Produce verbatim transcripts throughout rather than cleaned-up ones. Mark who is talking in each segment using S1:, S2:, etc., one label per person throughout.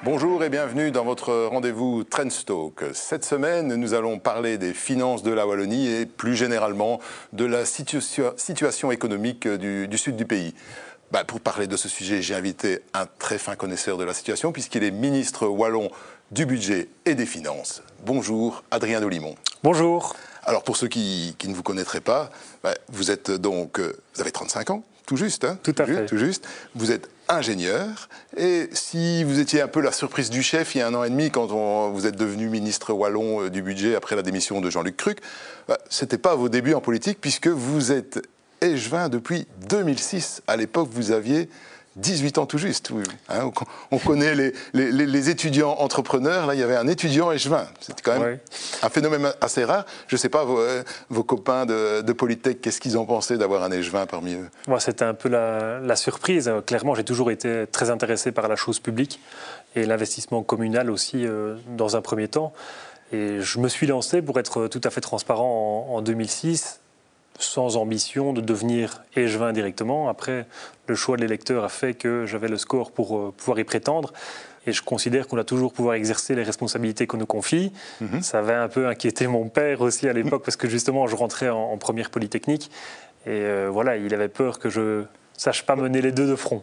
S1: Bonjour et bienvenue dans votre rendez-vous Trends Talk. Cette semaine, nous allons parler des finances de la Wallonie et plus généralement de la situa- situation économique du, du sud du pays. Bah, pour parler de ce sujet, j'ai invité un très fin connaisseur de la situation puisqu'il est ministre wallon du budget et des finances. Bonjour, Adrien Dolimon.
S2: Bonjour.
S1: Alors pour ceux qui, qui ne vous connaîtraient pas, bah, vous êtes donc, vous avez trente-cinq ans, tout juste, hein,
S2: tout à
S1: tout
S2: fait.
S1: Juste, tout juste. Vous êtes ingénieur, et si vous étiez un peu la surprise du chef il y a un an et demi quand on, vous êtes devenu ministre wallon du budget après la démission de Jean-Luc Cruc, bah, c'était pas vos débuts en politique puisque vous êtes échevin depuis deux mille six. À l'époque, vous aviez dix-huit ans tout juste. Oui. Hein, on connaît les, les, les étudiants entrepreneurs. Là, il y avait un étudiant échevin. C'était quand même ouais. un phénomène assez rare. Je ne sais pas, vos, vos copains de, de Polytech, qu'est-ce qu'ils ont pensé d'avoir un échevin parmi eux?
S2: Moi, c'était un peu la, la surprise. Clairement, j'ai toujours été très intéressé par la chose publique et l'investissement communal aussi euh, dans un premier temps. Et je me suis lancé, pour être tout à fait transparent, en, en deux mille six, sans ambition de devenir échevin directement. Après, le choix de l'électeur a fait que j'avais le score pour euh, pouvoir y prétendre. Et je considère qu'on doit toujours pouvoir exercer les responsabilités qu'on nous confie. Mm-hmm. Ça avait un peu inquiété mon père aussi à l'époque, parce que justement, je rentrais en, en première polytechnique. Et euh, voilà, il avait peur que je ne sache pas mener les deux de front.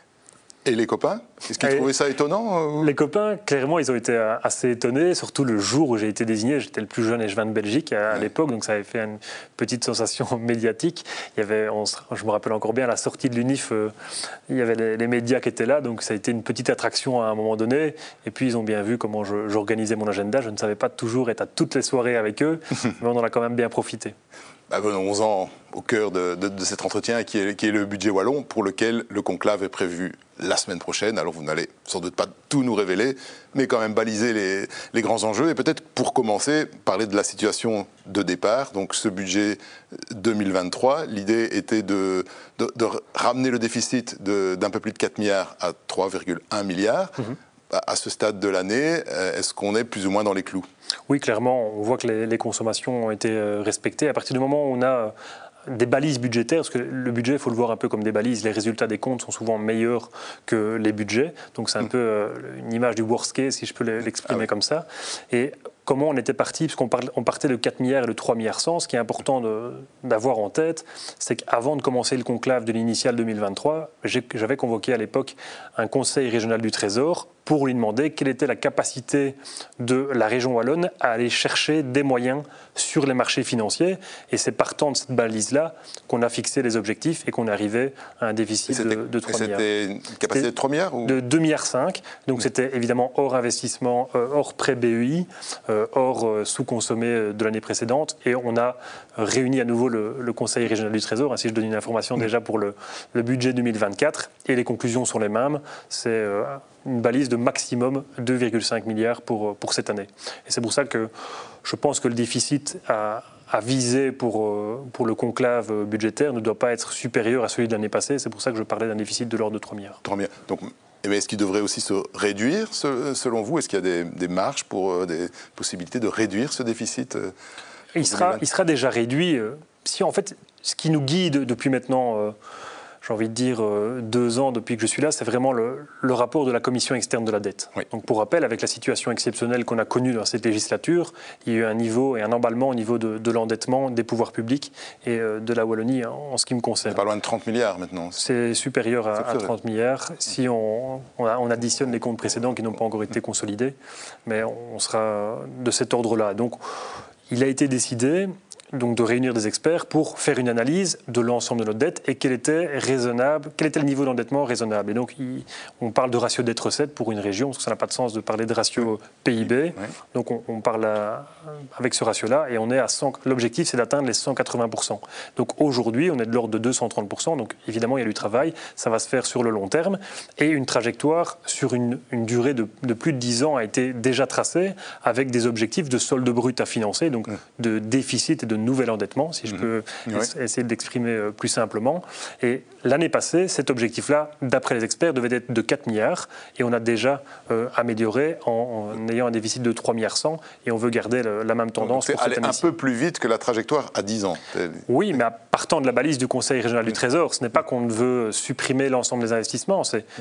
S1: Et les copains? Est-ce qu'ils et trouvaient ça étonnant?
S2: Les copains, clairement, ils ont été assez étonnés, surtout le jour où j'ai été désigné. J'étais le plus jeune échevin de Belgique à, à ouais. l'époque, donc ça avait fait une petite sensation médiatique. Il y avait, on, je me rappelle encore bien, à la sortie de l'U N I F, euh, il y avait les, les médias qui étaient là, donc ça a été une petite attraction à un moment donné. Et puis ils ont bien vu comment je, j'organisais mon agenda. Je ne savais pas toujours être à toutes les soirées avec eux, mais on en a quand même bien profité.
S1: Bah, venons-en au cœur de, de, de cet entretien qui est, qui est le budget wallon, pour lequel le conclave est prévu la semaine prochaine. Alors vous n'allez sans doute pas tout nous révéler, mais quand même baliser les, les grands enjeux. Et peut-être pour commencer, parler de la situation de départ. Donc ce budget deux mille vingt-trois, l'idée était de, de, de ramener le déficit de, d'un peu plus de quatre milliards à trois virgule un milliards. Mmh. À ce stade de l'année, est-ce qu'on est plus ou moins dans les clous?
S2: Oui, clairement, on voit que les, les consommations ont été respectées. À partir du moment où on a des balises budgétaires, parce que le budget, il faut le voir un peu comme des balises, les résultats des comptes sont souvent meilleurs que les budgets, donc c'est un mmh. peu une image du worst case, si je peux l'exprimer ah oui. comme ça. Et comment on était parti, parce qu'on on partait de quatre milliards et de trois milliards cent, ce qui est important de, d'avoir en tête, c'est qu'avant de commencer le conclave de l'initiale deux mille vingt-trois, j'avais convoqué à l'époque un conseil régional du Trésor pour lui demander quelle était la capacité de la région wallonne à aller chercher des moyens sur les marchés financiers. Et c'est partant de cette balise-là qu'on a fixé les objectifs et qu'on est arrivé à un déficit de, de trois milliards.
S1: C'était une capacité de trois milliards ou...
S2: De deux virgule cinq milliards. Donc mmh. c'était évidemment hors investissement, euh, hors prêt B E I, euh, hors euh, sous-consommé de l'année précédente. Et on a réuni à nouveau le, le Conseil régional du Trésor. Ainsi, je donne une information mmh. déjà pour le, le budget deux mille vingt-quatre. Et les conclusions sont les mêmes. C'est... Euh, une balise de maximum deux virgule cinq milliards pour, pour cette année. Et c'est pour ça que je pense que le déficit à, à viser pour, pour le conclave budgétaire ne doit pas être supérieur à celui de l'année passée. C'est pour ça que je parlais d'un déficit de l'ordre de trois milliards.
S1: trois milliards. Donc, est-ce qu'il devrait aussi se réduire, selon vous? Est-ce qu'il y a des, des marges pour des possibilités de réduire ce déficit?
S2: il sera, il sera déjà réduit. Si en fait, ce qui nous guide depuis maintenant... j'ai envie de dire, euh, deux ans depuis que je suis là, c'est vraiment le, le rapport de la commission externe de la dette. Oui. Donc pour rappel, avec la situation exceptionnelle qu'on a connue dans cette législature, il y a eu un niveau et un emballement au niveau de, de l'endettement des pouvoirs publics et euh, de la Wallonie en, en ce qui me concerne.
S1: C'est pas loin de trente milliards maintenant.
S2: C'est supérieur à, à trente milliards si on, on, a, on additionne les comptes précédents qui n'ont pas encore été consolidés, mais on sera de cet ordre-là. Donc il a été décidé... donc de réunir des experts pour faire une analyse de l'ensemble de notre dette et quel était raisonnable, quel était le niveau d'endettement raisonnable. Et donc, il, on parle de ratio dette-recette pour une région, parce que ça n'a pas de sens de parler de ratio P I B. Oui. Donc, on, on parle à, avec ce ratio-là et on est à cent. L'objectif, c'est d'atteindre les cent quatre-vingts pour cent. Donc, aujourd'hui, on est de l'ordre de deux cent trente pour cent. Donc, évidemment, il y a du travail. Ça va se faire sur le long terme. Et une trajectoire sur une, une durée de, de plus de dix ans a été déjà tracée avec des objectifs de solde brut à financer, donc oui. de déficit et de nouvel endettement, si je peux mmh. essayer de l'exprimer plus simplement. Et l'année passée, cet objectif-là, d'après les experts, devait être de quatre milliards et on a déjà euh, amélioré en, en ayant un déficit de trois virgule cent milliards et on veut garder le, la même tendance.
S1: Donc, pour aller un peu plus vite que la trajectoire à dix ans.
S2: Oui, mais partant de la balise du Conseil régional mmh. du Trésor, ce n'est pas qu'on veut supprimer l'ensemble des investissements, c'est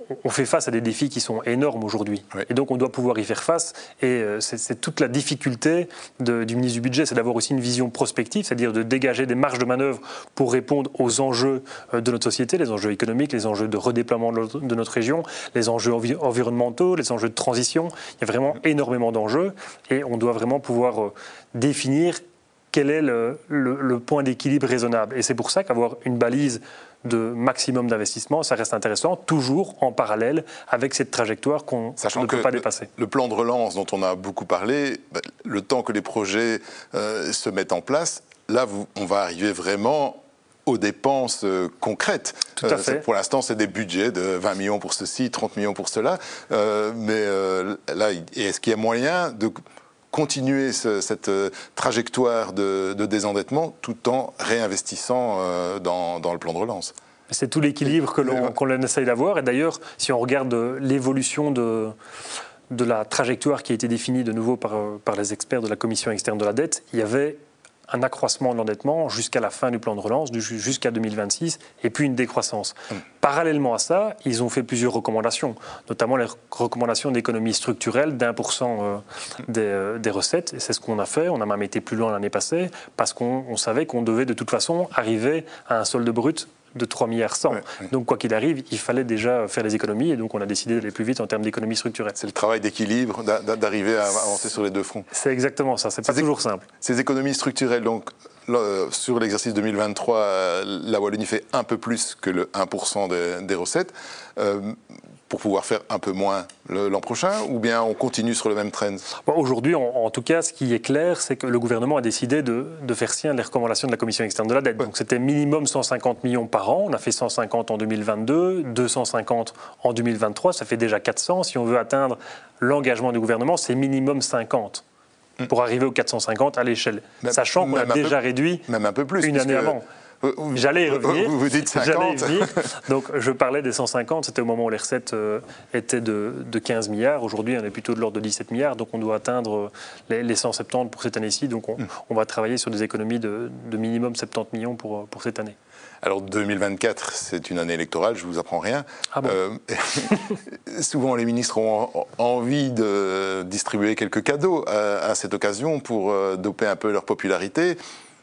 S2: on fait face à des défis qui sont énormes aujourd'hui. Oui. Et donc, on doit pouvoir y faire face. Et c'est, c'est toute la difficulté de, du ministre du Budget, c'est d'avoir aussi une vision prospective, c'est-à-dire de dégager des marges de manœuvre pour répondre aux enjeux de notre société, les enjeux économiques, les enjeux de redéploiement de notre région, les enjeux envi- environnementaux, les enjeux de transition. Il y a vraiment énormément d'enjeux et on doit vraiment pouvoir définir quel est le, le, le point d'équilibre raisonnable. Et c'est pour ça qu'avoir une balise de maximum d'investissement, ça reste intéressant, toujours en parallèle avec cette trajectoire qu'on ne peut pas
S1: le,
S2: dépasser.
S1: Le plan de relance dont on a beaucoup parlé, le temps que les projets euh, se mettent en place, là, vous, on va arriver vraiment aux dépenses euh, concrètes.
S2: Tout à fait.
S1: Euh, pour l'instant, c'est des budgets de vingt millions pour ceci, trente millions pour cela. Euh, mais euh, là, est-ce qu'il y a moyen de continuer ce, cette euh, trajectoire de, de désendettement tout en réinvestissant euh, dans, dans le plan de relance?
S2: C'est tout l'équilibre que l'on, qu'on essaye d'avoir. Et d'ailleurs, si on regarde l'évolution de, de la trajectoire qui a été définie de nouveau par, par les experts de la Commission externe de la dette, il y avait un accroissement de l'endettement jusqu'à la fin du plan de relance, jusqu'à deux mille vingt-six, et puis une décroissance. Mmh. Parallèlement à ça, ils ont fait plusieurs recommandations, notamment les recommandations d'économie structurelle d'un pour cent des, euh, des recettes. Et c'est ce qu'on a fait. On a même été plus loin l'année passée, parce qu'on on savait qu'on devait de toute façon arriver à un solde brut de trois milliards cent. Ouais, ouais. Donc, quoi qu'il arrive, il fallait déjà faire des économies et donc on a décidé d'aller plus vite en termes d'économie structurelle.
S1: C'est le travail d'équilibre, d'arriver à avancer sur les deux fronts.
S2: C'est exactement ça, c'est pas toujours simple.
S1: Ces économies structurelles, donc, là, sur l'exercice deux mille vingt-trois, la Wallonie fait un peu plus que le un pour cent des, des recettes. Euh, pour pouvoir faire un peu moins l'an prochain, ou bien on continue sur le même trend?
S2: Bon, aujourd'hui, en, en tout cas, ce qui est clair, c'est que le gouvernement a décidé de, de faire sien les recommandations de la Commission externe de la dette. Ouais. Donc c'était minimum cent cinquante millions par an. On a fait cent cinquante en deux mille vingt-deux, deux cent cinquante en deux mille vingt-trois, ça fait déjà quatre cents. Si on veut atteindre l'engagement du gouvernement, c'est minimum cinquante. Mmh. Pour arriver aux quatre cent cinquante à l'échelle. Même, sachant qu'on a déjà peu, réduit
S1: même un peu plus,
S2: une année avant. J'allais y revenir.
S1: Vous, vous dites cinquante.
S2: J'allais y venir. Donc, je parlais des cent cinquante, c'était au moment où les recettes euh, étaient de, de quinze milliards. Aujourd'hui, on est plutôt de l'ordre de dix-sept milliards. Donc, on doit atteindre les, les cent soixante-dix pour cette année-ci. Donc, on, mmh. on va travailler sur des économies de, de minimum soixante-dix millions pour, pour cette année.
S1: Alors, deux mille vingt-quatre, c'est une année électorale, je ne vous apprends rien.
S2: Ah bon euh,
S1: souvent, les ministres ont envie de distribuer quelques cadeaux à, à cette occasion pour euh, doper un peu leur popularité.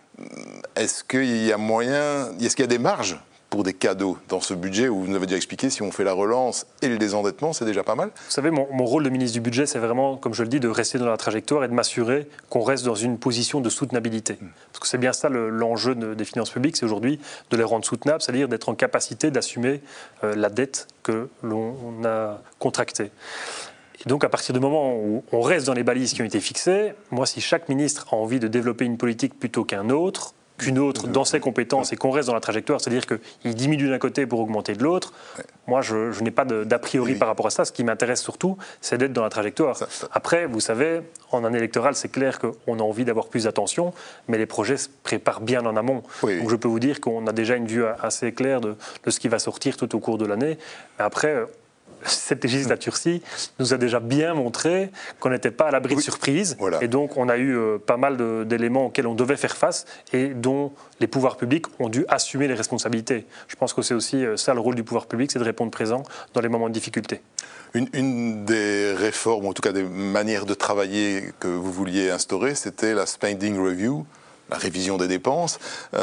S1: Est-ce qu'il y a moyen, est-ce qu'il y a des marges pour des cadeaux dans ce budget où vous nous avez déjà expliqué, si on fait la relance et le désendettement, c'est déjà pas mal? Vous
S2: savez, mon, mon rôle de ministre du Budget, c'est vraiment, comme je le dis, de rester dans la trajectoire et de m'assurer qu'on reste dans une position de soutenabilité. Mmh. Parce que c'est bien ça le, l'enjeu de, des finances publiques, c'est aujourd'hui de les rendre soutenables, c'est-à-dire d'être en capacité d'assumer euh, la dette que l'on a contractée. Et donc, à partir du moment où on reste dans les balises qui ont été fixées, moi, si chaque ministre a envie de développer une politique plutôt qu'un autre, qu'une autre dans ses compétences et qu'on reste dans la trajectoire, c'est-à-dire qu'il diminue d'un côté pour augmenter de l'autre, ouais. moi, je, je n'ai pas de, d'a priori oui. par rapport à ça. Ce qui m'intéresse surtout, c'est d'être dans la trajectoire. Ça, ça. Après, vous savez, en année électorale, c'est clair qu'on a envie d'avoir plus d'attention, mais les projets se préparent bien en amont. Oui. Donc, je peux vous dire qu'on a déjà une vue assez claire de, de ce qui va sortir tout au cours de l'année. Mais après... cette législature-ci nous a déjà bien montré qu'on n'était pas à l'abri oui. de surprises. Voilà. Et donc, on a eu euh, pas mal de, d'éléments auxquels on devait faire face et dont les pouvoirs publics ont dû assumer les responsabilités. Je pense que c'est aussi euh, ça le rôle du pouvoir public, c'est de répondre présent dans les moments de difficulté.
S1: Une, une des réformes, ou en tout cas des manières de travailler que vous vouliez instaurer, c'était la spending review, la révision des dépenses.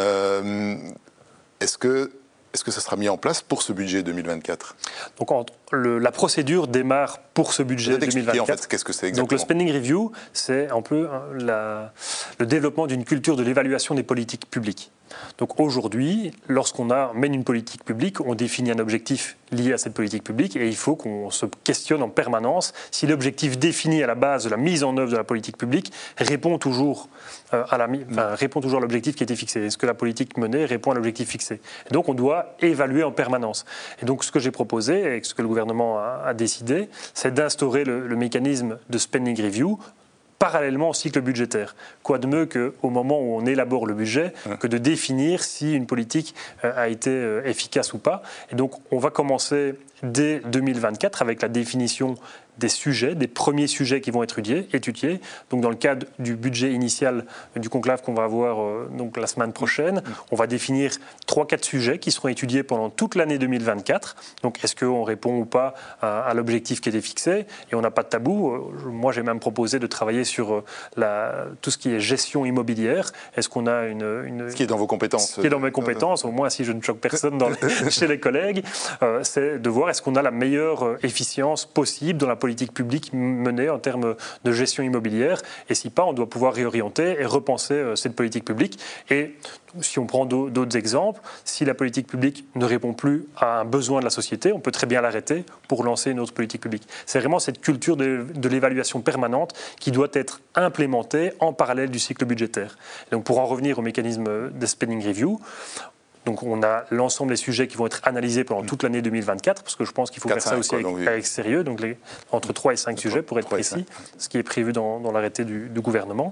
S1: Euh, est-ce que Est-ce que ça sera mis en place pour ce budget deux mille vingt-quatre?
S2: Donc, le, la procédure démarre pour ce budget deux mille vingt-quatre.
S1: En fait, qu'est-ce que c'est exactement?
S2: Donc, le spending review, c'est un peu la, le développement d'une culture de l'évaluation des politiques publiques. Donc, aujourd'hui, lorsqu'on a, mène une politique publique, on définit un objectif lié à cette politique publique et il faut qu'on se questionne en permanence si l'objectif défini à la base de la mise en œuvre de la politique publique répond toujours euh, à la, enfin, répond toujours à l'objectif qui a été fixé. Est-ce que la politique menée répond à l'objectif fixé? Et donc, on doit évaluer en permanence. Et donc, ce que j'ai proposé et ce que le gouvernement a, a décidé, c'est d'instaurer le, le mécanisme de spending review parallèlement au cycle budgétaire. Quoi de mieux qu'au moment où on élabore le budget, que de définir si une politique a été efficace ou pas. Et donc, on va commencer dès deux mille vingt-quatre avec la définition des sujets, des premiers sujets qui vont être étudiés. étudiés. Donc dans le cadre du budget initial du conclave qu'on va avoir euh, donc la semaine prochaine, on va définir trois quatre sujets qui seront étudiés pendant toute l'année deux mille vingt-quatre. Donc est-ce qu'on répond ou pas à, à l'objectif qui était fixé? Et on n'a pas de tabou. Euh, moi j'ai même proposé de travailler sur euh, la, tout ce qui est gestion immobilière. Est-ce qu'on a une, une...
S1: Ce qui est dans vos compétences.
S2: Ce qui est dans mes compétences, au moins si je ne choque personne dans les, chez les collègues, euh, c'est de voir est-ce qu'on a la meilleure efficience possible dans la politique publique menée en termes de gestion immobilière. Et si pas, on doit pouvoir réorienter et repenser euh, cette politique publique. Et si on prend d'autres exemples, si la politique publique ne répond plus à un besoin de la société, on peut très bien l'arrêter pour lancer une autre politique publique. C'est vraiment cette culture de, de l'évaluation permanente qui doit être implémentée en parallèle du cycle budgétaire. Et donc pour en revenir au mécanisme de spending review, donc on a l'ensemble des sujets qui vont être analysés pendant toute l'année deux mille vingt-quatre, parce que je pense qu'il faut faire ça aussi quoi, avec, donc, avec sérieux, donc les, entre trois et cinq sujets pour être précis, ce qui est prévu dans, dans l'arrêté du, du gouvernement.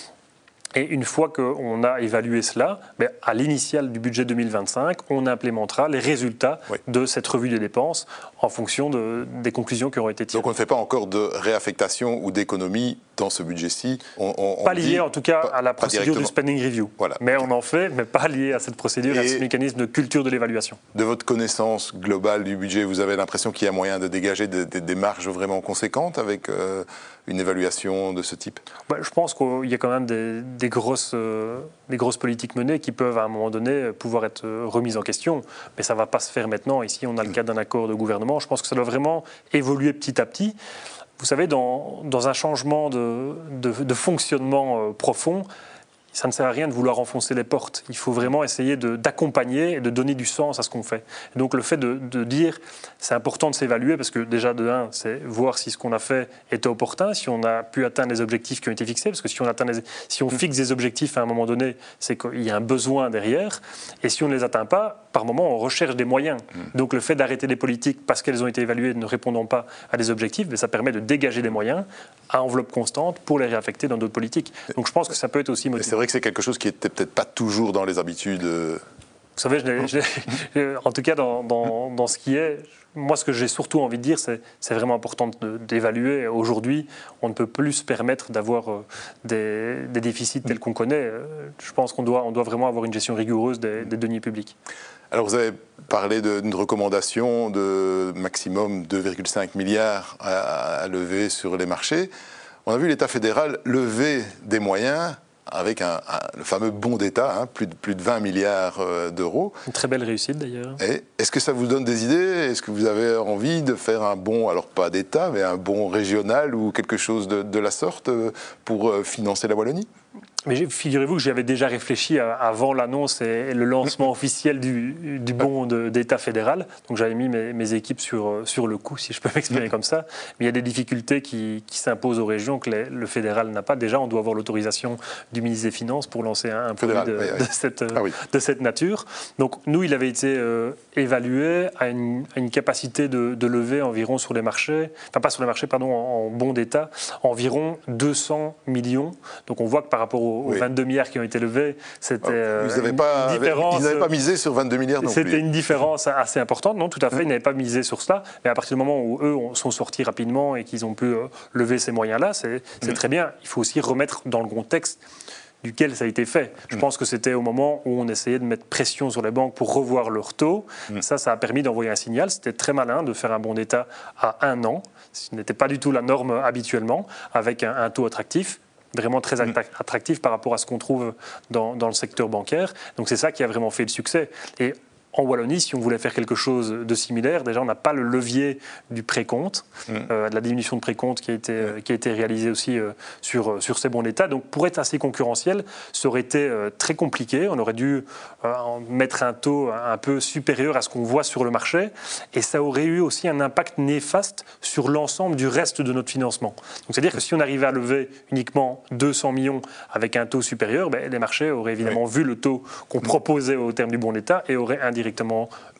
S2: Et une fois qu'on a évalué cela, ben à l'initial du budget deux mille vingt-cinq, on implémentera les résultats oui. de cette revue des dépenses en fonction de, des conclusions qui auront été tirées.
S1: Donc on ne fait pas encore de réaffectation ou d'économie dans ce budget-ci on, on,
S2: Pas lié
S1: dit,
S2: en tout cas
S1: pas,
S2: à la procédure du spending review. Voilà. Mais okay. on en fait, mais pas lié à cette procédure et à ce mécanisme de culture de l'évaluation.
S1: De votre connaissance globale du budget, vous avez l'impression qu'il y a moyen de dégager des, des, des marges vraiment conséquentes avec euh, une évaluation de ce type?
S2: bah, Je pense qu'il y a quand même des, des, grosses, euh, des grosses politiques menées qui peuvent à un moment donné pouvoir être remises en question. Mais ça ne va pas se faire maintenant. Ici, on a le cadre d'un accord de gouvernement. Je pense que ça doit vraiment évoluer petit à petit. Vous savez, dans, dans un changement de, de, de fonctionnement euh, profond, ça ne sert à rien de vouloir enfoncer les portes. Il faut vraiment essayer de, d'accompagner et de donner du sens à ce qu'on fait. Et donc le fait de, de dire, c'est important de s'évaluer, parce que déjà de un, c'est voir si ce qu'on a fait était opportun, si on a pu atteindre les objectifs qui ont été fixés, parce que si on, atteint les, si on fixe des objectifs à un moment donné, c'est qu'il y a un besoin derrière, et si on ne les atteint pas, par moment, on recherche des moyens. Donc le fait d'arrêter des politiques parce qu'elles ont été évaluées ne répondant pas à des objectifs, mais ça permet de dégager des moyens à enveloppe constante pour les réaffecter dans d'autres politiques. Donc je pense que ça peut être aussi motivant.
S1: C'est vrai que c'est quelque chose qui n'était peut-être pas toujours dans les habitudes. Vous
S2: savez, je l'ai, je l'ai, en tout cas dans, dans, dans ce qui est, moi ce que j'ai surtout envie de dire, c'est c'est vraiment important de, d'évaluer. Aujourd'hui, on ne peut plus se permettre d'avoir des, des déficits tels qu'on connaît. Je pense qu'on doit, on doit vraiment avoir une gestion rigoureuse des, des deniers publics.
S1: Alors vous avez parlé d'une recommandation de maximum deux virgule cinq milliards à, à lever sur les marchés. On a vu l'État fédéral lever des moyens avec un, un, le fameux bon d'État, hein, plus, de, plus de vingt milliards d'euros.
S2: Une très belle réussite d'ailleurs.
S1: Et est-ce que ça vous donne des idées? Est-ce que vous avez envie de faire un bon, alors pas d'État, mais un bon régional ou quelque chose de, de la sorte pour financer la Wallonie?
S2: Mais figurez-vous que j'avais déjà réfléchi avant l'annonce et le lancement officiel du, du bon de, d'État fédéral. Donc j'avais mis mes, mes équipes sur, sur le coup, si je peux m'exprimer comme ça. Mais il y a des difficultés qui, qui s'imposent aux régions que les, le fédéral n'a pas. Déjà, on doit avoir l'autorisation du ministre des Finances pour lancer un, un produit de, oui, oui. De, cette, ah, oui. de cette nature. Donc nous, il avait été euh, évalué à une, à une capacité de, de lever environ sur les marchés, enfin pas sur les marchés, pardon, en, en bon d'État, environ deux cents millions. Donc on voit que par rapport au aux oui. vingt-deux milliards qui ont été levés, c'était euh,
S1: une pas, différence. Ils n'avaient pas misé sur vingt-deux milliards non plus.
S2: C'était une différence assez importante, non, tout à fait, mmh. ils n'avaient pas misé sur cela, mais à partir du moment où eux sont sortis rapidement et qu'ils ont pu euh, lever ces moyens-là, c'est, c'est mmh. très bien. Il faut aussi remettre dans le contexte duquel ça a été fait. Je mmh. pense que c'était au moment où on essayait de mettre pression sur les banques pour revoir leur taux. Mmh. Ça, ça a permis d'envoyer un signal. C'était très malin de faire un bon d'État à un an, ce n'était pas du tout la norme habituellement, avec un, un taux attractif. Vraiment très attractif par rapport à ce qu'on trouve dans, dans le secteur bancaire. Donc c'est ça qui a vraiment fait le succès. Et en Wallonie, si on voulait faire quelque chose de similaire, déjà on n'a pas le levier du précompte, mmh. euh, de la diminution de précompte qui a été, euh, qui a été réalisée aussi euh, sur, sur ces bons d'État. Donc pour être assez concurrentiel, ça aurait été euh, très compliqué. On aurait dû euh, mettre un taux un peu supérieur à ce qu'on voit sur le marché et ça aurait eu aussi un impact néfaste sur l'ensemble du reste de notre financement. Donc c'est-à-dire que si on arrivait à lever uniquement deux cents millions avec un taux supérieur, ben, les marchés auraient évidemment oui. vu le taux qu'on proposait au terme du bon d'État et auraient indirectement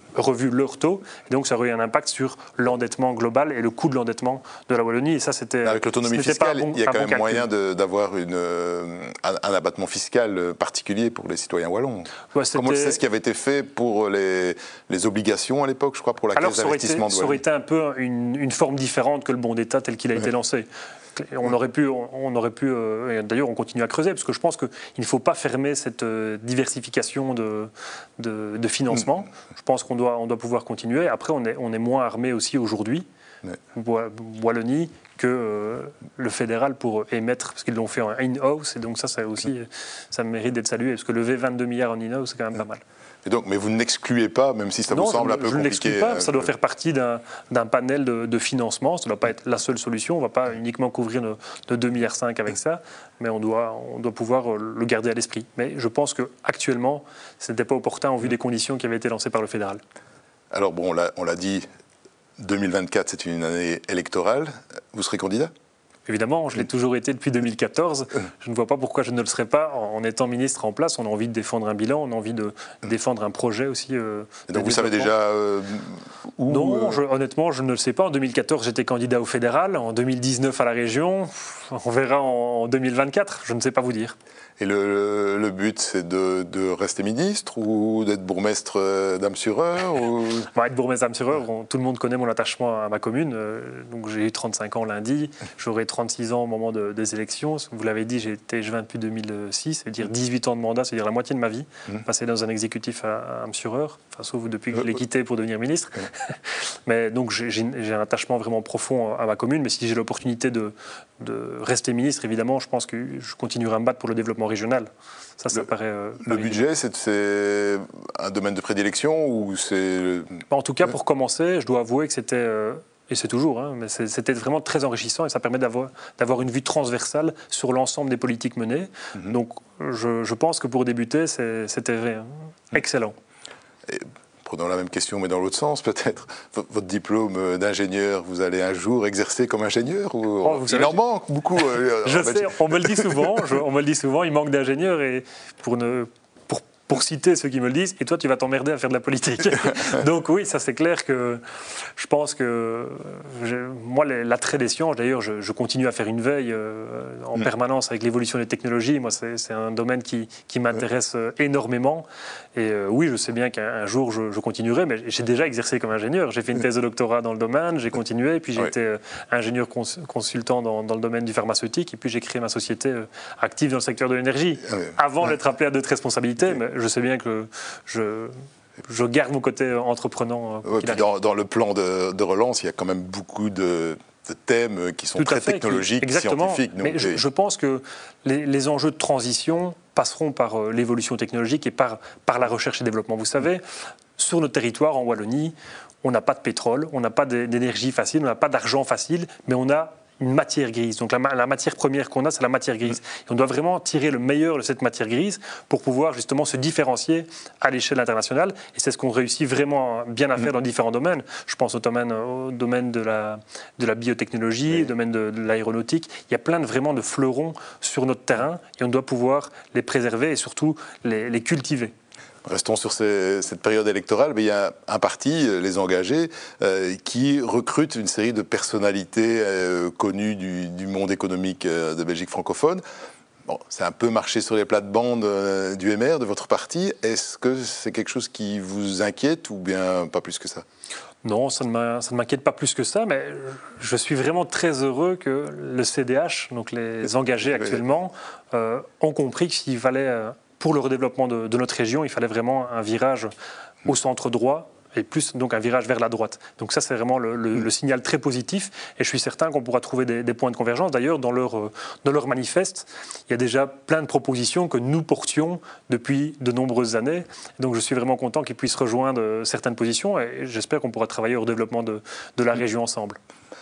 S2: revu leur taux, et donc ça aurait eu un impact sur l'endettement global et le coût de l'endettement de la Wallonie, et ça c'était...
S1: Avec l'autonomie fiscale, bon, il y a quand même moyen d'avoir euh, un, un abattement fiscal particulier pour les citoyens wallons. Ouais, Comment c'est ce qui avait été fait pour les, les obligations à l'époque, je crois, pour la caisse d'investissement de Wallonie.
S2: Ça aurait été un peu une, une forme différente que le bon d'État tel qu'il a ouais. été lancé. On aurait pu, on aurait pu euh, d'ailleurs on continue à creuser, parce que je pense qu'il ne faut pas fermer cette euh, diversification de, de, de financement. Mmh. Je pense qu'on doit, on doit pouvoir continuer. Après, on est, on est moins armé aussi aujourd'hui, ouais. Wallonie, que euh, le fédéral pour émettre, parce qu'ils l'ont fait en in-house, et donc ça, ça aussi, mmh. ça mérite d'être salué, parce que lever vingt-deux milliards en in-house, c'est quand même mmh. pas mal.
S1: Et donc, mais vous n'excluez pas, même si ça
S2: non,
S1: vous semble
S2: je,
S1: un peu
S2: je
S1: compliqué.
S2: Je ne l'exclus pas, ça doit faire partie d'un panel de, de financement. Ça ne doit pas être la seule solution. On ne va pas uniquement couvrir de, de deux virgule cinq milliards avec ça, mais on doit, on doit pouvoir le garder à l'esprit. Mais je pense qu'actuellement, ce n'était pas opportun en vue des conditions qui avaient été lancées par le fédéral.
S1: Alors bon, on l'a dit, deux mille vingt-quatre, c'est une année électorale. Vous serez candidat ?
S2: Évidemment, je l'ai toujours été depuis deux mille quatorze. Je ne vois pas pourquoi je ne le serais pas en étant ministre en place. On a envie de défendre un bilan, on a envie de défendre un projet aussi. Euh,
S1: Et donc vous savez déjà euh, où
S2: Non,
S1: euh...
S2: je, honnêtement, je ne le sais pas. En deux mille quatorze, j'étais candidat au fédéral. En deux mille dix-neuf, à la région. On verra en deux mille vingt-quatre. Je ne sais pas vous dire.
S1: Et le, le but, c'est de, de rester ministre ou d'être bourgmestre d'Âmes-sur-Eure ou...
S2: bon, Être bourgmestre d'Âmes-sur-Eure, tout le monde connaît mon attachement à ma commune. Donc j'ai eu trente-cinq ans lundi, j'aurai trente-six ans au moment de, des élections. Vous l'avez dit, j'ai été échevin depuis deux mille six, c'est-à-dire dix-huit ans de mandat, c'est-à-dire la moitié de ma vie, mmh. passé dans un exécutif à, à Âmes-sur-Eure, enfin, sauf depuis que je l'ai quitté pour devenir ministre. Mmh. Mais donc j'ai un attachement vraiment profond à ma commune, mais si j'ai l'opportunité de, de rester ministre, évidemment, je pense que je continuerai à me battre pour le développement régional. Ça, ça
S1: le,
S2: paraît, euh,
S1: le budget, c'est un domaine de prédilection ou c'est...
S2: En tout cas, pour commencer, je dois avouer que c'était, euh, et c'est toujours, hein, mais c'était vraiment très enrichissant et ça permet d'avoir d'avoir une vue transversale sur l'ensemble des politiques menées. Mm-hmm. Donc, je, je pense que pour débuter, c'était hein, excellent.
S1: Et... Prenons la même question, mais dans l'autre sens, peut-être. Votre diplôme d'ingénieur, vous allez un jour exercer comme ingénieur ou... oh, vous Il savez, en manque beaucoup. Euh,
S2: je sais, on me le dit souvent. Je, on me le dit souvent. Il manque d'ingénieurs et pour ne pour, pour citer ceux qui me le disent. Et toi, tu vas t'emmerder à faire de la politique. Donc oui, ça c'est clair que je pense que je, moi, l'attrait des sciences. D'ailleurs, je, je continue à faire une veille euh, en mmh. permanence avec l'évolution des technologies. Moi, c'est un domaine qui, qui m'intéresse euh, énormément. Et euh, oui, je sais bien qu'un jour, je, je continuerai, mais j'ai déjà exercé comme ingénieur. J'ai fait une thèse de doctorat dans le domaine, j'ai continué, et puis j'ai oui. été euh, ingénieur cons consultant dans, dans le domaine du pharmaceutique, et puis j'ai créé ma société euh, active dans le secteur de l'énergie, oui. avant d'être appelé à d'autres responsabilités, oui. mais je sais bien que je... je garde mon côté entreprenant.
S1: Euh, ouais, puis dans, dans le plan de, de relance, il y a quand même beaucoup de, de thèmes qui sont Tout très fait, technologiques, qui, scientifiques.
S2: Donc, mais je, je pense que les, les enjeux de transition passeront par euh, l'évolution technologique et par, par la recherche et développement. Vous savez, mmh. sur notre territoire, en Wallonie, on n'a pas de pétrole, on n'a pas d'énergie facile, on n'a pas d'argent facile, mais on a une matière grise. Donc la, la matière première qu'on a, c'est la matière grise. Et on doit vraiment tirer le meilleur de cette matière grise pour pouvoir justement se différencier à l'échelle internationale. Et c'est ce qu'on réussit vraiment bien à faire dans différents domaines. Je pense au domaine, au domaine de, la, de la biotechnologie, oui. au domaine de, de l'aéronautique. Il y a plein de, vraiment de fleurons sur notre terrain et on doit pouvoir les préserver et surtout les, les cultiver.
S1: Restons sur ces, cette période électorale, mais il y a un parti, les Engagés, euh, qui recrute une série de personnalités euh, connues du, du monde économique euh, de Belgique francophone. Bon, c'est un peu marché sur les plates-bandes euh, du M R, de votre parti. Est-ce que c'est quelque chose qui vous inquiète ou bien pas plus que ça ?
S2: Non, ça ne m'inquiète pas plus que ça, mais je suis vraiment très heureux que le C D H, donc les Engagés actuellement, euh, ont compris qu'il fallait... Euh, pour le redéveloppement de, de notre région, il fallait vraiment un virage au centre droit et plus donc un virage vers la droite. Donc ça, c'est vraiment le, le, le signal très positif et je suis certain qu'on pourra trouver des, des points de convergence. D'ailleurs, dans leur, dans leur manifeste, il y a déjà plein de propositions que nous portions depuis de nombreuses années. Donc je suis vraiment content qu'ils puissent rejoindre certaines positions et j'espère qu'on pourra travailler au développement de, de la région ensemble.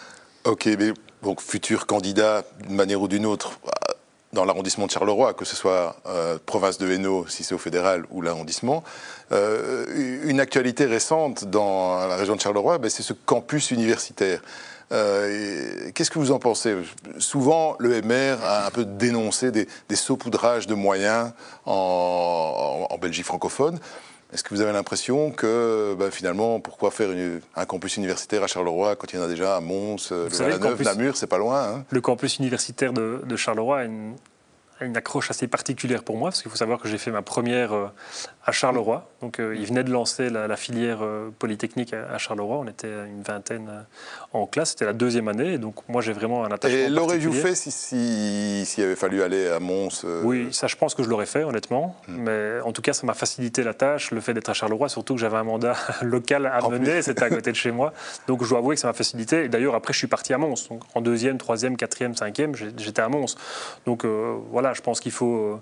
S1: Ok, mais donc futur candidat d'une manière ou d'une autre dans l'arrondissement de Charleroi, que ce soit euh, province de Hainaut, si c'est au fédéral, ou l'arrondissement. Euh, une actualité récente dans la région de Charleroi, ben, c'est ce campus universitaire. Euh, Qu'est-ce que vous en pensez? Souvent, le M R a un peu dénoncé des, des saupoudrages de moyens en, en, en Belgique francophone. Est-ce que vous avez l'impression que, ben, finalement, pourquoi faire une, un campus universitaire à Charleroi quand il y en a déjà à Mons, le Neuve, Namur, c'est pas loin, hein?
S2: Le campus universitaire de, de Charleroi a une, a une accroche assez particulière pour moi, parce qu'il faut savoir que j'ai fait ma première euh, à Charleroi. Donc, euh, ils venaient de lancer la, la filière euh, polytechnique à, à Charleroi. On était une vingtaine euh, en classe. C'était la deuxième année. Et donc, moi, j'ai vraiment un attachement
S1: particulier. Et l'auriez-vous
S2: particulier.
S1: fait s'il si, si avait fallu aller à Mons euh...
S2: Oui, ça, je pense que je l'aurais fait, honnêtement. Hum. Mais en tout cas, ça m'a facilité la tâche, le fait d'être à Charleroi, surtout que j'avais un mandat local à en mener. C'était à côté de chez moi. Donc, je dois avouer que ça m'a facilité. Et d'ailleurs, après, je suis parti à Mons. Donc, en deuxième, troisième, quatrième, cinquième, j'étais à Mons. Donc, euh, voilà, je pense qu'il faut... Euh,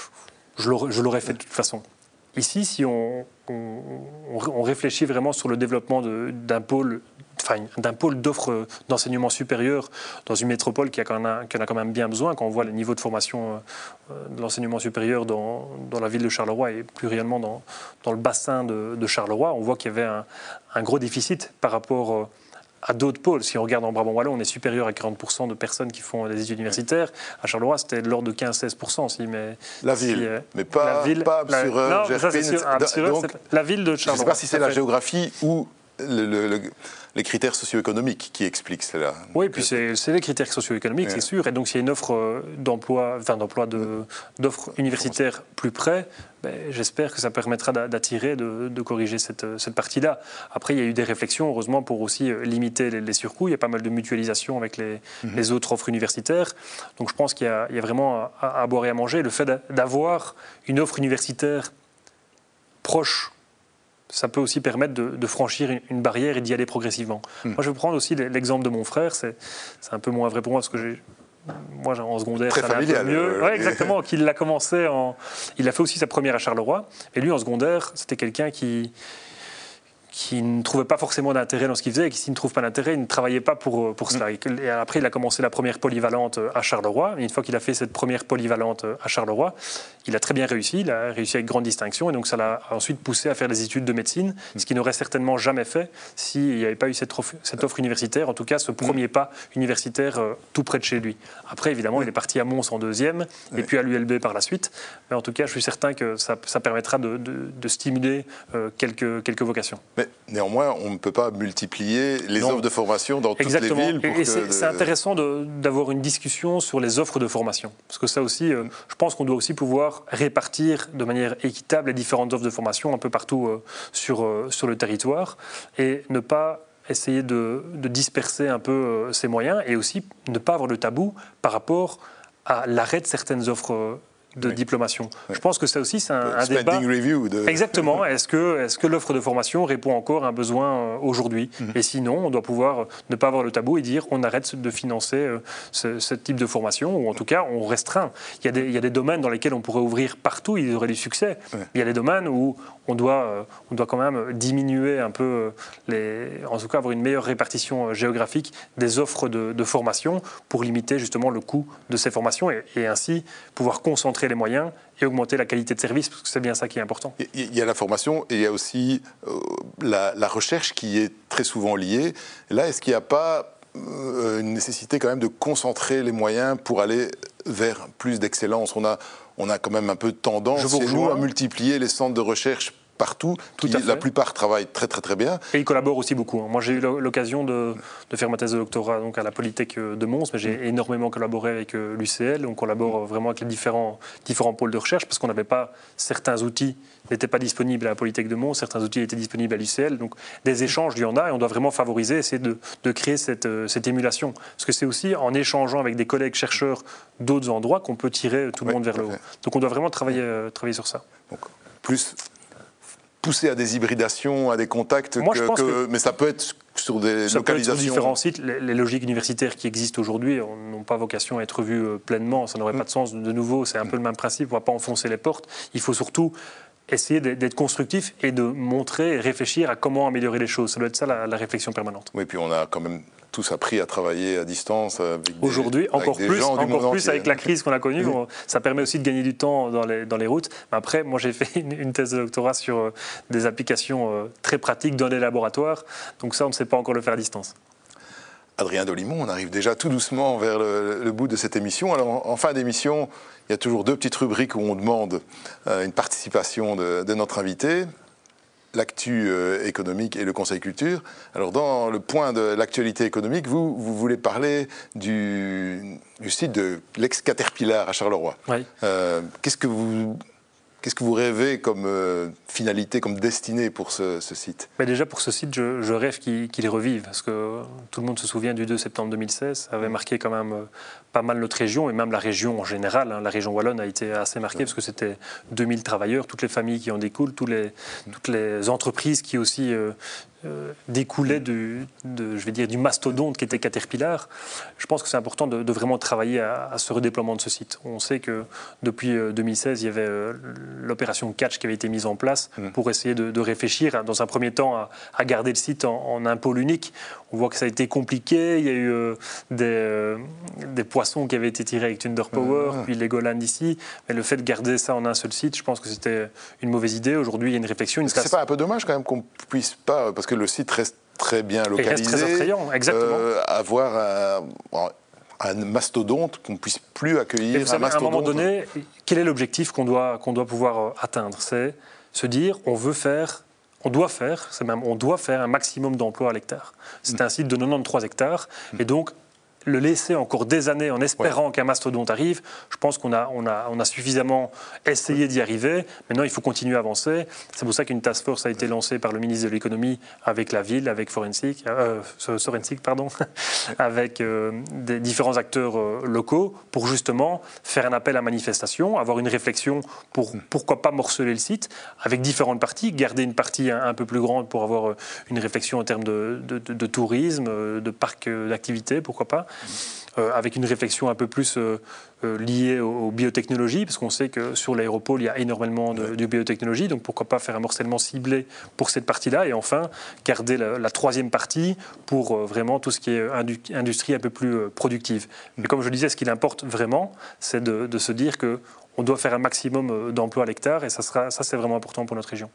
S2: je l'aurais fait de toute façon. Ici, si on, on, on réfléchit vraiment sur le développement d'un pôle, enfin, d'un pôle d'offres d'enseignement supérieur dans une métropole qui, a quand même, qui en a quand même bien besoin, quand on voit les niveaux de formation de l'enseignement supérieur dans, dans la ville de Charleroi et plus réellement dans, dans le bassin de, de Charleroi, on voit qu'il y avait un, un gros déficit par rapport à d'autres pôles. Si on regarde en Brabant Wallon, on est supérieur à quarante pour cent de personnes qui font des études universitaires. À Charleroi, c'était de l'ordre de quinze à seize pour cent. Si, mais,
S1: la ville, si, euh, mais pas, la ville, pas Absureur,
S2: la, non, sûr, Absureur, donc, la ville de Charleroi.
S1: Je ne sais pas si c'est la géographie ou le, le, le, les critères socio-économiques qui expliquent cela.
S2: Oui, puis c'est les critères socio-économiques, ouais. C'est sûr. Et donc, s'il y a une offre d'emploi, enfin d'emploi d'offres universitaires plus près, ben, j'espère que ça permettra d'attirer, de, de corriger cette, cette partie-là. Après, il y a eu des réflexions, heureusement, pour aussi limiter les, les surcoûts. Il y a pas mal de mutualisation avec les, mm-hmm. les autres offres universitaires. Donc, je pense qu'il y, y a vraiment à, à boire et à manger. Le fait d'avoir une offre universitaire proche, ça peut aussi permettre de, de franchir une, une barrière et d'y aller progressivement. Mmh. Moi, je vais prendre aussi l'exemple de mon frère. C'est un peu moins vrai pour moi parce que j'ai... Moi, en secondaire,
S1: très
S2: ça allait un peu mieux.
S1: Euh,
S2: ouais, exactement. Qu'il a commencé en... Il a fait aussi sa première à Charleroi. Et lui, en secondaire, c'était quelqu'un qui... qui ne trouvait pas forcément d'intérêt dans ce qu'il faisait et qui, s'il ne trouve pas d'intérêt, il ne travaillait pas pour, pour cela. Et après, il a commencé la première polyvalente à Charleroi. Et une fois qu'il a fait cette première polyvalente à Charleroi, il a très bien réussi. Il a réussi avec grande distinction. Et donc, ça l'a ensuite poussé à faire des études de médecine, ce qu'il n'aurait certainement jamais fait s'il n'y avait pas eu cette offre, cette offre universitaire. En tout cas, ce premier pas universitaire euh, tout près de chez lui. Après, évidemment, il est parti à Mons en deuxième et puis à l'U L B par la suite. Mais en tout cas, je suis certain que ça, ça permettra de, de, de stimuler euh, quelques, quelques vocations.
S1: Mais néanmoins, on ne peut pas multiplier les non. offres de formation dans toutes
S2: Exactement.
S1: les villes.
S2: Pour et c'est de... intéressant d'avoir une discussion sur les offres de formation. Parce que ça aussi, euh, je pense qu'on doit aussi pouvoir répartir de manière équitable les différentes offres de formation un peu partout euh, sur, euh, sur le territoire et ne pas essayer de, de disperser un peu euh, ces moyens et aussi ne pas avoir de tabou par rapport à l'arrêt de certaines offres euh, de oui. diplomation. Oui. Je pense que ça aussi, c'est un, un débat...
S1: review de...
S2: Exactement. Est-ce que, est-ce que l'offre de formation répond encore à un besoin aujourd'hui ? mm-hmm. Et sinon, on doit pouvoir ne pas avoir le tabou et dire on arrête de financer euh, ce, ce type de formation, ou en tout cas, on restreint. Il y a des, il y a des domaines dans lesquels on pourrait ouvrir partout, il y aurait du succès. Oui. Il y a des domaines où on doit, euh, on doit quand même diminuer un peu, les, en tout cas avoir une meilleure répartition géographique des offres de, de formation pour limiter justement le coût de ces formations et, et ainsi pouvoir concentrer les moyens et augmenter la qualité de service, parce que c'est bien ça qui est important.
S1: Il y a la formation et il y a aussi euh, la, la recherche qui est très souvent liée. Et là, est-ce qu'il n'y a pas euh, une nécessité quand même de concentrer les moyens pour aller vers plus d'excellence ? On a, on a quand même un peu tendance chez nous à multiplier les centres de recherche partout,
S2: Tout
S1: qui, la plupart travaillent très très très bien.
S2: Et ils collaborent aussi beaucoup. Moi j'ai eu l'occasion de, de faire ma thèse de doctorat donc à la Polytech de Mons, mais j'ai mmh. énormément collaboré avec l'U C L, on collabore mmh. vraiment avec les différents, différents pôles de recherche parce qu'on n'avait pas, certains outils n'étaient pas disponibles à la Polytech de Mons, certains outils étaient disponibles à l'U C L, donc des échanges il y en a et on doit vraiment favoriser, essayer de, de créer cette, cette émulation. Parce que c'est aussi en échangeant avec des collègues chercheurs d'autres endroits qu'on peut tirer tout le oui, monde vers le haut. Donc on doit vraiment travailler, euh, travailler sur ça.
S1: Donc, plus pousser à des hybridations, à des contacts,
S2: Moi,
S1: que,
S2: je pense
S1: que,
S2: que
S1: mais ça peut être sur des
S2: ça
S1: localisations.
S2: Peut être sur différents sites. Les, les logiques universitaires qui existent aujourd'hui n'ont pas vocation à être vues pleinement. Ça n'aurait mmh. pas de sens. De nouveau, c'est un peu le même principe. On ne va pas enfoncer les portes. Il faut surtout essayer d'être constructif et de montrer et réfléchir à comment améliorer les choses. Ça doit être ça la, la réflexion permanente.
S1: Oui, puis on a quand même tous appris à travailler à distance.
S2: Aujourd'hui, encore
S1: des
S2: plus,
S1: gens du
S2: encore
S1: monde
S2: plus
S1: entier.
S2: Avec la crise qu'on a connue.
S1: Oui.
S2: On, ça permet aussi de gagner du temps dans les, dans les routes. Mais après, moi, j'ai fait une, une thèse de doctorat sur euh, des applications euh, très pratiques dans les laboratoires. Donc ça, on ne sait pas encore le faire à distance.
S1: Adrien Dolimon, on arrive déjà tout doucement vers le, le bout de cette émission. Alors, en, en fin d'émission, il y a toujours deux petites rubriques où on demande euh, une participation de, de notre invité. L'actu euh, économique et le Conseil culture. Alors, dans le point de l'actualité économique, vous, vous voulez parler du, du site de l'ex-Caterpillar à Charleroi.
S2: Oui.
S1: Euh, qu'est-ce que vous... Qu'est-ce que vous rêvez comme euh, finalité, comme destinée pour ce, ce site?
S2: Mais déjà pour ce site, je, je rêve qu'il qu'il revive, parce que tout le monde se souvient du deux septembre deux mille seize, ça avait marqué quand même euh, pas mal notre région, et même la région en général. Hein, la région wallonne a été assez marquée, parce que c'était deux mille travailleurs, toutes les familles qui en découlent, tous les, toutes les entreprises qui aussi euh, euh, découlaient du, de, je vais dire, du mastodonte qui était Caterpillar. Je pense que c'est important de, de vraiment travailler à, à ce redéploiement de ce site. On sait que depuis euh, deux mille seize, il y avait euh, l'opération Catch qui avait été mise en place mmh. pour essayer de, de réfléchir, hein, dans un premier temps, à, à garder le site en, en un pôle unique. On voit que ça a été compliqué. Il y a eu euh, des, euh, des poissons qui avaient été tirés avec Thunder Power, mmh. puis les Golan d'ici. Mais le fait de garder ça en un seul site, je pense que c'était une mauvaise idée. Aujourd'hui, il y a une réflexion. Une
S1: Est-ce que c'est pas un peu dommage quand même qu'on puisse pas, parce que le site reste très bien localisé,
S2: il reste très attrayant, exactement.
S1: Euh, avoir un, un mastodonte qu'on ne puisse plus accueillir.
S2: Vous savez, à un moment donné, quel est l'objectif qu'on doit, qu'on doit pouvoir atteindre? C'est se dire, on veut faire, on doit faire, c'est même, on doit faire un maximum d'emplois à l'hectare. C'est mmh. un site de quatre-vingt-treize hectares, mmh. et donc le laisser encore des années en espérant ouais. qu'un mastodonte arrive, je pense qu'on a, on a, on a suffisamment essayé d'y arriver. Maintenant, il faut continuer à avancer. C'est pour ça qu'une task force a été lancée par le ministre de l'économie avec la ville, avec Forensic, euh, Sorensic, pardon, avec euh, des différents acteurs euh, locaux pour justement faire un appel à manifestation, avoir une réflexion pour pourquoi pas morceler le site avec différentes parties, garder une partie un, un peu plus grande pour avoir une réflexion en termes de, de, de, de tourisme, de parcs d'activités, pourquoi pas. Euh, avec une réflexion un peu plus euh, euh, liée aux, aux biotechnologies, parce qu'on sait que sur l'aéropôle, il y a énormément de, de biotechnologie, donc pourquoi pas faire un morcellement ciblé pour cette partie-là, et enfin, garder la, la troisième partie pour euh, vraiment tout ce qui est indu- industrie un peu plus euh, productive. Mais comme je le disais, ce qu'il importe vraiment, c'est de, de se dire qu'on doit faire un maximum d'emplois à l'hectare, et ça, sera, ça c'est vraiment important pour notre région.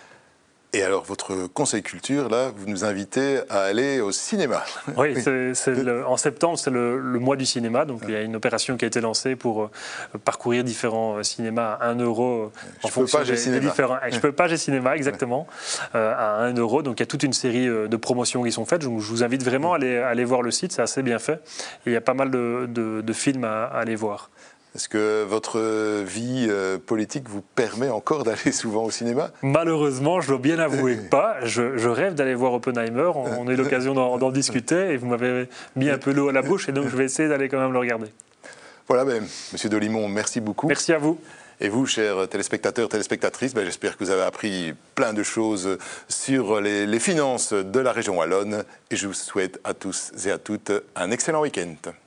S1: Et alors, votre conseil culture, là, vous nous invitez à aller au cinéma.
S2: Oui, c'est, c'est le, en septembre, c'est le, le mois du cinéma. Donc, il y a une opération qui a été lancée pour euh, parcourir différents cinémas à un euro.
S1: Je en peux pas, j'ai cinéma.
S2: Différents... Je peux pas, j'ai cinéma, exactement, euh, à un euro. Donc, il y a toute une série de promotions qui sont faites. Je vous invite vraiment à aller, à aller voir le site, c'est assez bien fait. Et il y a pas mal de, de, de films à, à aller voir.
S1: Est-ce que votre vie euh, politique vous permet encore d'aller souvent au cinéma?
S2: Malheureusement, je dois bien avouer que pas. Je, je rêve d'aller voir Oppenheimer. On, on a eu l'occasion d'en, d'en discuter et vous m'avez mis un peu l'eau à la bouche et donc je vais essayer d'aller quand même le regarder.
S1: Voilà, ben, Monsieur Dolimon, merci beaucoup.
S2: Merci à vous.
S1: Et vous, chers téléspectateurs, téléspectatrices, ben, j'espère que vous avez appris plein de choses sur les, les finances de la région wallonne et je vous souhaite à tous et à toutes un excellent week-end.